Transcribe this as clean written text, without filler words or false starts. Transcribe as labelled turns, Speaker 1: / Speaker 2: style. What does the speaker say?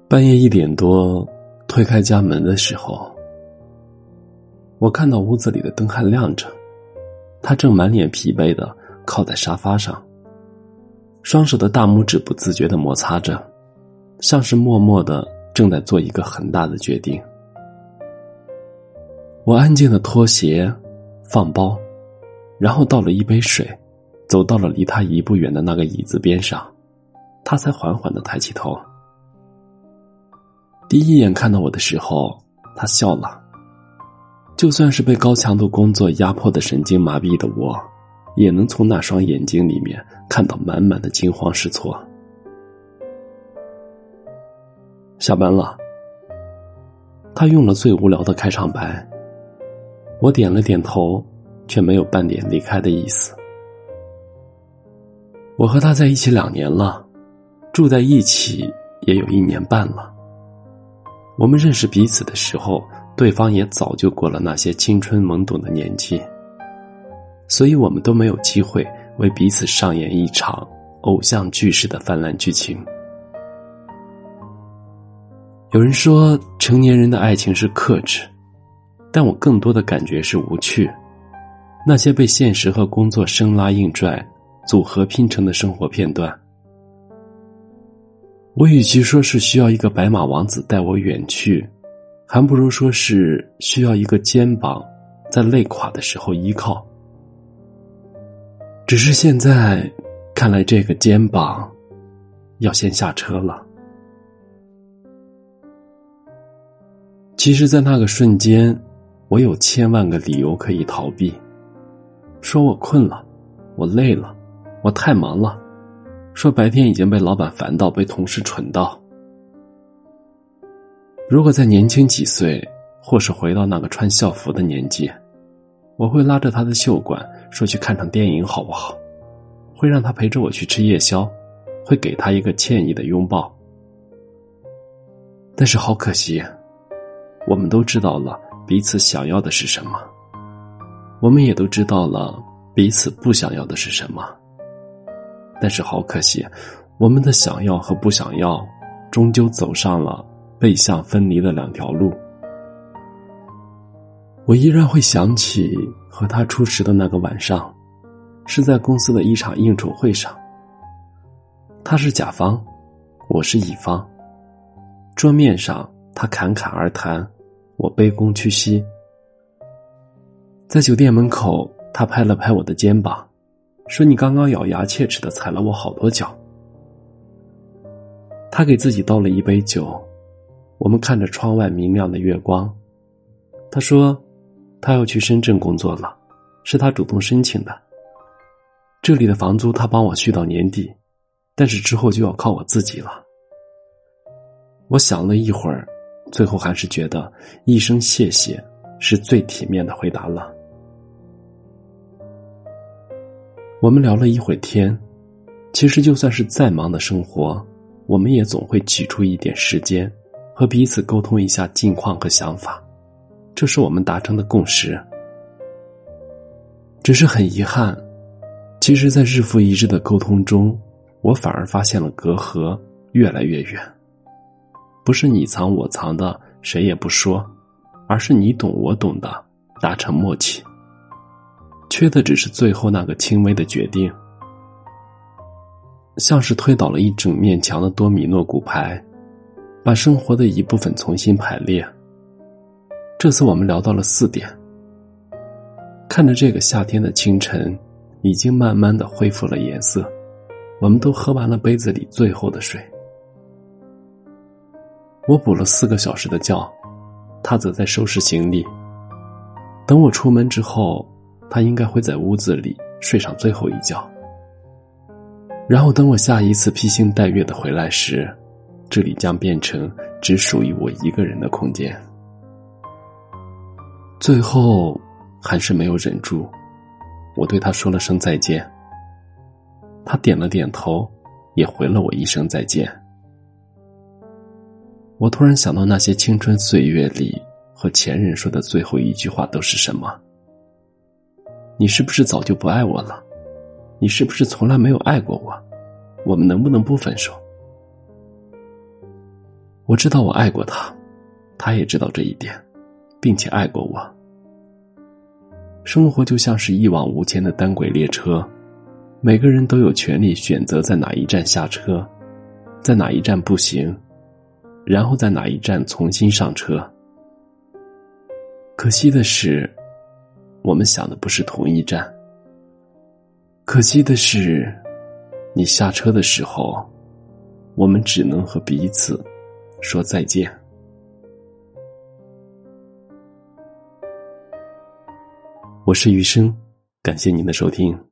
Speaker 1: 半夜1点多推开家门的时候，我看到屋子里的灯还亮着，他正满脸疲惫地靠在沙发上，双手的大拇指不自觉地摩擦着，像是默默地正在做一个很大的决定。我安静地脱鞋放包，然后倒了一杯水，走到了离他1步远的那个椅子边上，他才缓缓地抬起头。第一眼看到我的时候，他笑了。就算是被高强度工作压迫的神经麻痹的我，也能从那双眼睛里面看到满满的惊慌失措。下班了。他用了最无聊的开场白。我点了点头，却没有半点离开的意思。我和他在一起2年了，住在一起也有1年半了。我们认识彼此的时候，对方也早就过了那些青春懵懂的年纪，所以我们都没有机会为彼此上演一场偶像剧式的泛滥剧情。有人说成年人的爱情是克制，但我更多的感觉是无趣。那些被现实和工作生拉硬拽组合拼成的生活片段，我与其说是需要一个白马王子带我远去，还不如说是需要一个肩膀在累垮的时候依靠。只是现在看来，这个肩膀要先下车了。其实在那个瞬间，我有千万个理由可以逃避，说我困了，我累了，我太忙了，说白天已经被老板烦到，被同事蠢到。如果再年轻几岁，或是回到那个穿校服的年纪，我会拉着他的袖管说去看场电影好不好，会让他陪着我去吃夜宵，会给他一个歉意的拥抱。但是好可惜，我们都知道了彼此想要的是什么，我们也都知道了彼此不想要的是什么。但是好可惜，我们的想要和不想要终究走上了背向分离的2条路。我依然会想起和他初识的那个晚上，是在公司的一场应酬会上。他是甲方，我是乙方。桌面上他侃侃而谈，我卑躬屈膝。在酒店门口，他拍了拍我的肩膀，说你刚刚咬牙切齿地踩了我好多脚。他给自己倒了一杯酒，我们看着窗外明亮的月光。他说他要去深圳工作了，是他主动申请的。这里的房租他帮我续到年底，但是之后就要靠我自己了。我想了一会儿，最后还是觉得一声谢谢是最体面的回答了。我们聊了一会天，其实就算是再忙的生活，我们也总会挤出一点时间和彼此沟通一下近况和想法，这是我们达成的共识。只是很遗憾，其实在日复一日的沟通中，我反而发现了隔阂越来越远。不是你藏我藏的谁也不说，而是你懂我懂的达成默契。缺的只是最后那个轻微的决定，像是推倒了一整面墙的多米诺骨牌，把生活的一部分重新排列。这次我们聊到了4点。看着这个夏天的清晨已经慢慢的恢复了颜色，我们都喝完了杯子里最后的水。我补了4个小时的觉，他则在收拾行李。等我出门之后，他应该会在屋子里睡上最后一觉。然后等我下一次披星戴月的回来时，这里将变成只属于我一个人的空间。最后还是没有忍住，我对他说了声再见。他点了点头，也回了我一声再见。我突然想到那些青春岁月里和前任说的最后一句话都是什么？你是不是早就不爱我了？你是不是从来没有爱过我？我们能不能不分手？ 我知道我爱过他，他也知道这一点，并且爱过我。生活就像是一往无前的单轨列车，每个人都有权利选择在哪一站下车，在哪一站步行，然后在哪一站重新上车。可惜的是，我们想的不是同一站。可惜的是，你下车的时候，我们只能和彼此说再见。我是余生，感谢您的收听。